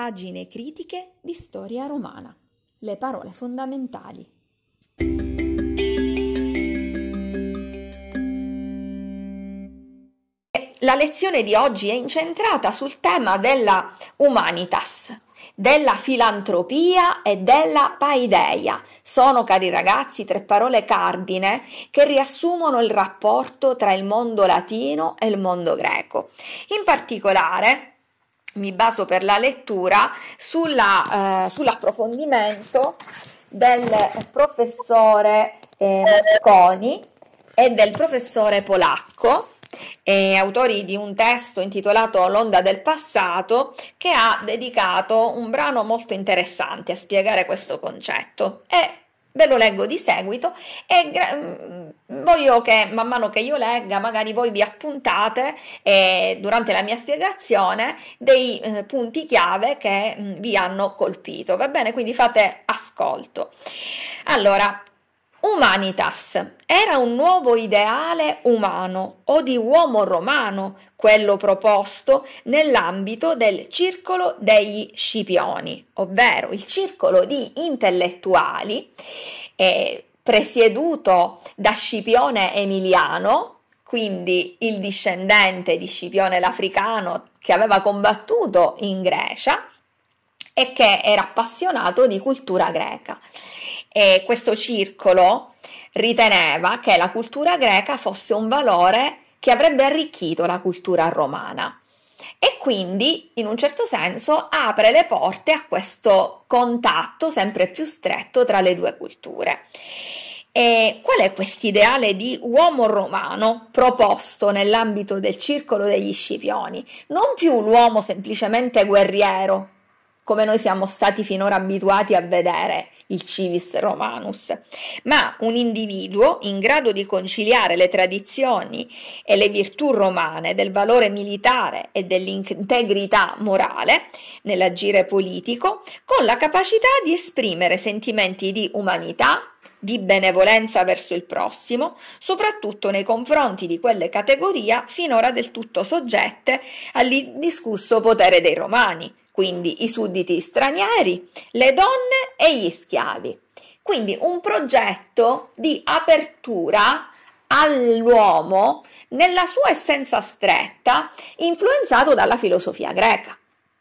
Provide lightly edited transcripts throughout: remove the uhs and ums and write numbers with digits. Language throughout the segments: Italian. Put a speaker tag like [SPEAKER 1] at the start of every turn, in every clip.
[SPEAKER 1] Pagine critiche di storia romana. Le parole fondamentali. La lezione di oggi è incentrata sul tema della humanitas, della filantropia e della paideia. Sono, cari ragazzi, tre parole cardine che riassumono il rapporto tra il mondo latino e il mondo greco. In particolare mi baso per la lettura sull'approfondimento del professore Mosconi e del professore Polacco, autori di un testo intitolato L'onda del passato, che ha dedicato un brano molto interessante a spiegare questo concetto. E ve lo leggo di seguito e voglio che man mano che io legga magari voi vi appuntate durante la mia spiegazione dei punti chiave che vi hanno colpito, va bene? Quindi fate ascolto. Allora, humanitas era un nuovo ideale umano o di uomo romano, quello proposto nell'ambito del circolo degli Scipioni, ovvero il circolo di intellettuali presieduto da Scipione Emiliano, quindi il discendente di Scipione l'Africano che aveva combattuto in Grecia e che era appassionato di cultura greca. E questo circolo riteneva che la cultura greca fosse un valore che avrebbe arricchito la cultura romana e quindi in un certo senso apre le porte a questo contatto sempre più stretto tra le due culture. E qual è questo ideale di uomo romano proposto nell'ambito del circolo degli Scipioni? Non più l'uomo semplicemente guerriero, come noi siamo stati finora abituati a vedere il civis romanus, ma un individuo in grado di conciliare le tradizioni e le virtù romane del valore militare e dell'integrità morale nell'agire politico, con la capacità di esprimere sentimenti di umanità, di benevolenza verso il prossimo, soprattutto nei confronti di quelle categorie finora del tutto soggette all'indiscusso potere dei romani, quindi i sudditi stranieri, le donne e gli schiavi. Quindi un progetto di apertura all'uomo nella sua essenza stretta, influenzato dalla filosofia greca.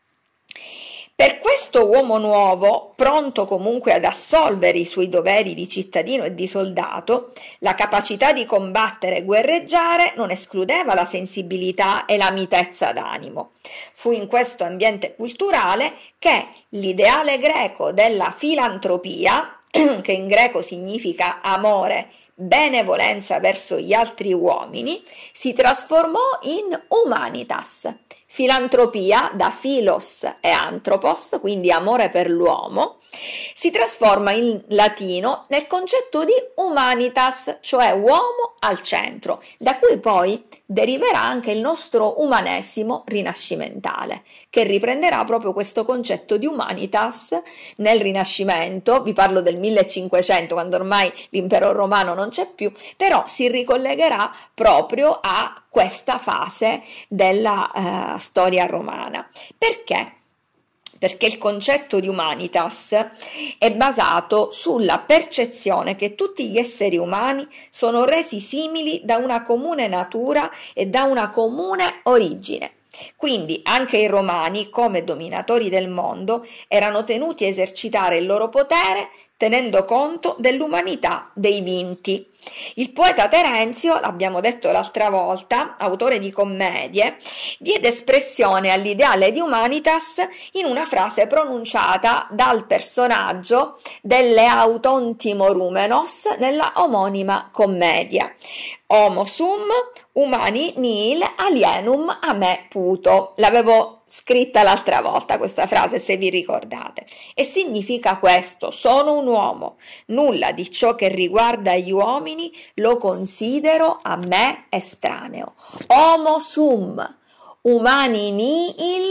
[SPEAKER 1] Per questo uomo nuovo, pronto comunque ad assolvere i suoi doveri di cittadino e di soldato, la capacità di combattere e guerreggiare non escludeva la sensibilità e la mitezza d'animo. Fu in questo ambiente culturale che l'ideale greco della filantropia, che in greco significa amore, benevolenza verso gli altri uomini, si trasformò in humanitas. Filantropia, da philos e anthropos, quindi amore per l'uomo, si trasforma in latino nel concetto di humanitas, cioè uomo al centro, da cui poi deriverà anche il nostro umanesimo rinascimentale, che riprenderà proprio questo concetto di humanitas nel Rinascimento. Vi parlo del 1500, quando ormai l'impero romano non c'è più, però si ricollegherà proprio a questa fase della storia romana. Perché? Perché il concetto di humanitas è basato sulla percezione che tutti gli esseri umani sono resi simili da una comune natura e da una comune origine. Quindi anche i romani, come dominatori del mondo, erano tenuti a esercitare il loro potere tenendo conto dell'umanità dei vinti. Il poeta Terenzio, l'abbiamo detto l'altra volta, autore di commedie, diede espressione all'ideale di humanitas in una frase pronunciata dal personaggio delle Autontimorúmenos nella omonima commedia. Homo sum humani nihil alienum a me puto. L'avevo scritta l'altra volta questa frase, se vi ricordate, e significa questo: sono un uomo, nulla di ciò che riguarda gli uomini lo considero a me estraneo. Homo sum humani nihil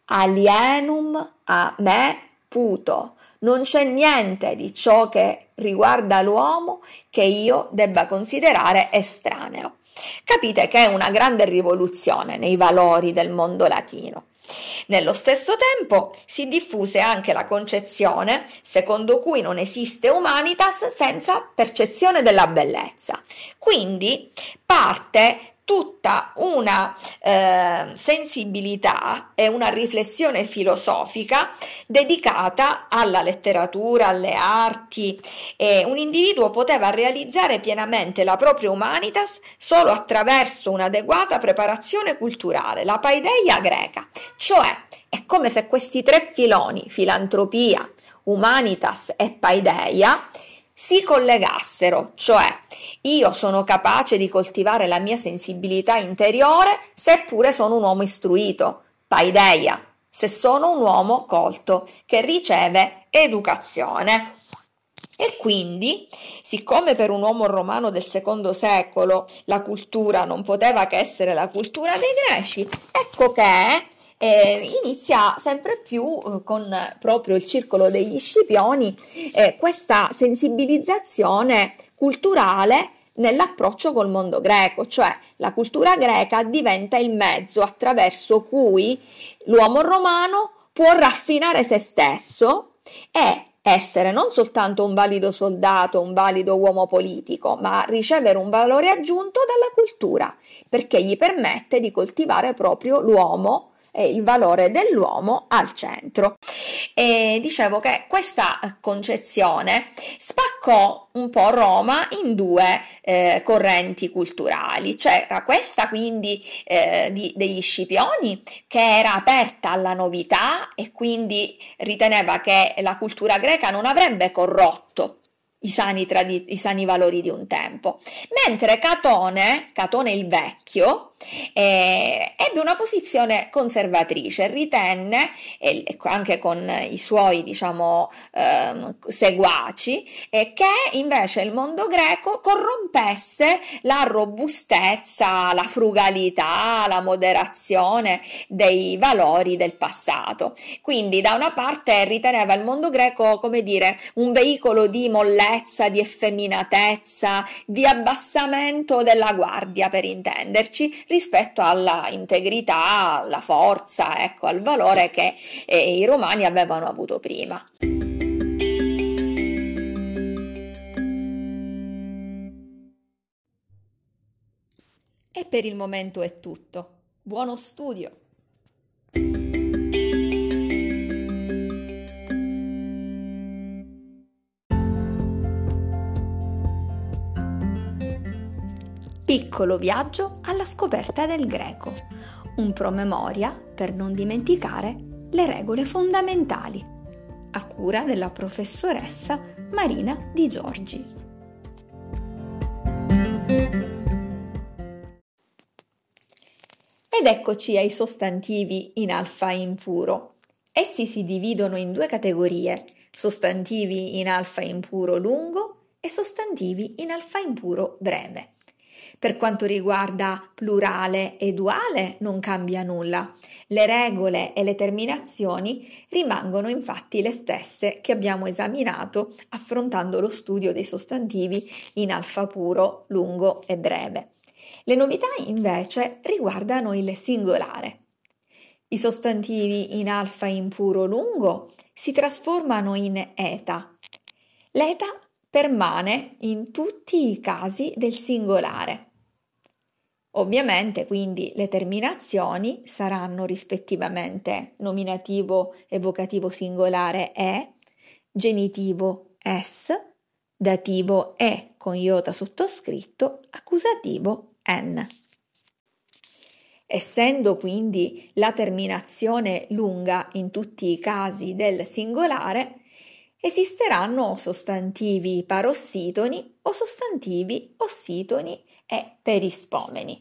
[SPEAKER 1] alienum a me puto. Non c'è niente di ciò che riguarda l'uomo che io debba considerare estraneo. Capite che è una grande rivoluzione nei valori del mondo latino. Nello stesso tempo si diffuse anche la concezione secondo cui non esiste humanitas senza percezione della bellezza. Quindi parte tutta una sensibilità e una riflessione filosofica dedicata alla letteratura, alle arti. Un individuo poteva realizzare pienamente la propria humanitas solo attraverso un'adeguata preparazione culturale, la paideia greca, cioè è come se questi tre filoni, filantropia, humanitas e paideia, si collegassero, cioè io sono capace di coltivare la mia sensibilità interiore seppure sono un uomo istruito, paideia, se sono un uomo colto che riceve educazione. E quindi, siccome per un uomo romano del secondo secolo la cultura non poteva che essere la cultura dei greci, ecco che inizia sempre più con proprio il circolo degli Scipioni questa sensibilizzazione culturale nell'approccio col mondo greco, cioè la cultura greca diventa il mezzo attraverso cui l'uomo romano può raffinare se stesso e essere non soltanto un valido soldato, un valido uomo politico, ma ricevere un valore aggiunto dalla cultura, perché gli permette di coltivare proprio l'uomo e il valore dell'uomo al centro. E dicevo che questa concezione spaccò un po' Roma in due correnti culturali. C'era questa quindi degli Scipioni, che era aperta alla novità e quindi riteneva che la cultura greca non avrebbe corrotto i sani valori di un tempo, mentre Catone il Vecchio ebbe una posizione conservatrice, ritenne, anche con i suoi seguaci, che invece il mondo greco corrompesse la robustezza, la frugalità, la moderazione dei valori del passato. Quindi da una parte riteneva il mondo greco, come dire, un veicolo di mollezza, di effeminatezza, di abbassamento della guardia, per intenderci, rispetto alla integrità, alla forza, ecco, al valore che i romani avevano avuto prima. E per il momento è tutto. Buono studio! Piccolo viaggio alla scoperta del greco, un promemoria per non dimenticare le regole fondamentali, a cura della professoressa Marina Di Giorgi. Ed eccoci ai sostantivi in alfa impuro. Essi si dividono in due categorie: sostantivi in alfa impuro lungo e sostantivi in alfa impuro breve. Per quanto riguarda plurale e duale non cambia nulla. Le regole e le terminazioni rimangono infatti le stesse che abbiamo esaminato affrontando lo studio dei sostantivi in alfa puro, lungo e breve. Le novità invece riguardano il singolare. I sostantivi in alfa impuro lungo si trasformano in eta. L'eta permane in tutti i casi del singolare. Ovviamente quindi le terminazioni saranno rispettivamente nominativo e vocativo singolare e, genitivo es, dativo e con iota sottoscritto, accusativo n. Essendo quindi la terminazione lunga in tutti i casi del singolare, esisteranno sostantivi parossitoni o sostantivi ossitoni e perispomeni.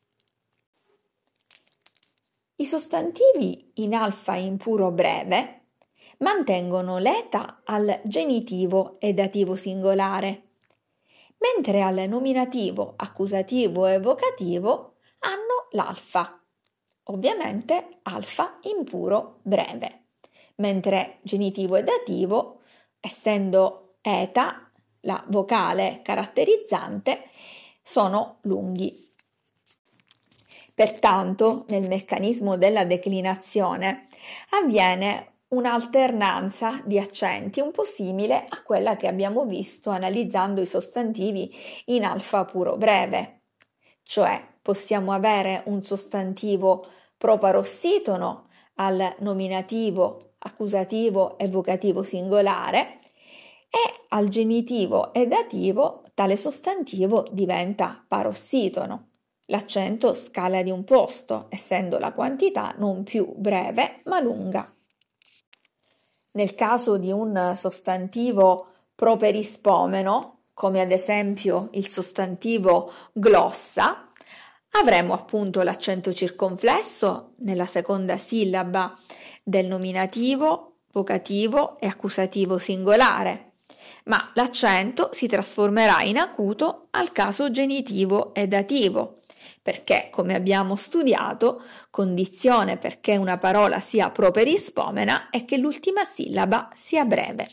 [SPEAKER 1] I sostantivi in alfa impuro breve mantengono l'eta al genitivo e dativo singolare, mentre al nominativo, accusativo e vocativo hanno l'alfa, ovviamente alfa impuro breve, mentre genitivo e dativo, essendo eta la vocale caratterizzante, sono lunghi. Pertanto, nel meccanismo della declinazione avviene un'alternanza di accenti un po' simile a quella che abbiamo visto analizzando i sostantivi in alfa puro breve, cioè possiamo avere un sostantivo proparossitono al nominativo, accusativo e vocativo singolare e al genitivo e dativo tale sostantivo diventa parossitono. L'accento scala di un posto, essendo la quantità non più breve ma lunga. Nel caso di un sostantivo properispomeno, come ad esempio il sostantivo glossa, avremo appunto l'accento circonflesso nella seconda sillaba del nominativo, vocativo e accusativo singolare, ma l'accento si trasformerà in acuto al caso genitivo e dativo, perché, come abbiamo studiato, condizione perché una parola sia properispomena è che l'ultima sillaba sia breve.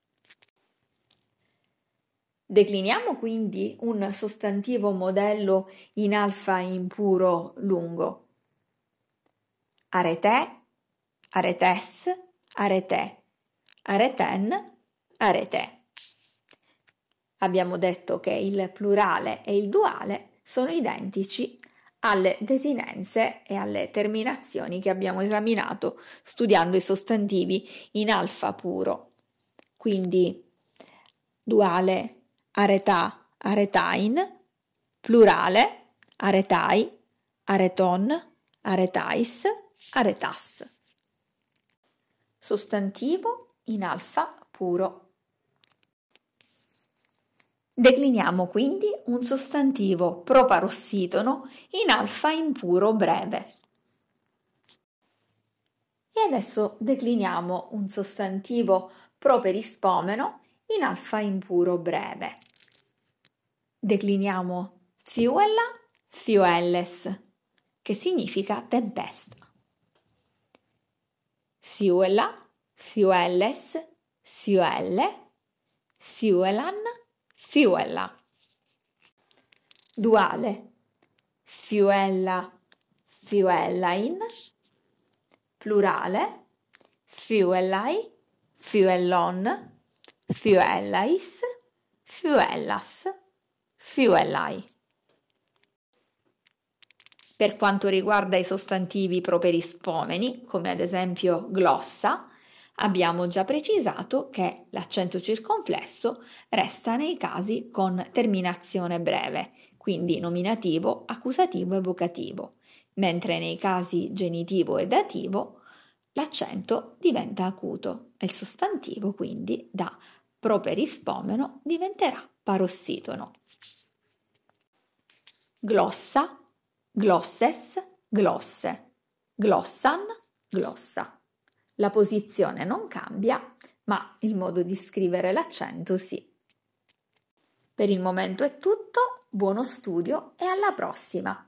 [SPEAKER 1] Decliniamo quindi un sostantivo modello in alfa impuro lungo. Arete, aretes, arete, areten, arete. Abbiamo detto che il plurale e il duale sono identici alle desinenze e alle terminazioni che abbiamo esaminato studiando i sostantivi in alfa puro. Quindi duale aretà, aretain, plurale aretai, areton, aretais, aretas. Sostantivo in alfa puro. Decliniamo quindi un sostantivo proparossitono in alfa impuro breve. E adesso decliniamo un sostantivo properispomeno in alfa impuro breve. Decliniamo fiuella, fiuelles, che significa tempesta. Fiuella, fiuelles, fiuelle, fiuelan, fiuella. Duale fiuella, fiuellain. Plurale fiuellai, fiuellon, fiuellais, fiuellas, fiuellai. Per quanto riguarda i sostantivi properispomeni, come ad esempio glossa, abbiamo già precisato che l'accento circonflesso resta nei casi con terminazione breve, quindi nominativo, accusativo e vocativo, mentre nei casi genitivo e dativo l'accento diventa acuto e il sostantivo quindi da properispomeno diventerà parossitono. Glossa, glosses, glosse, glossan, glossa. La posizione non cambia, ma il modo di scrivere l'accento sì. Per il momento è tutto, buono studio e alla prossima!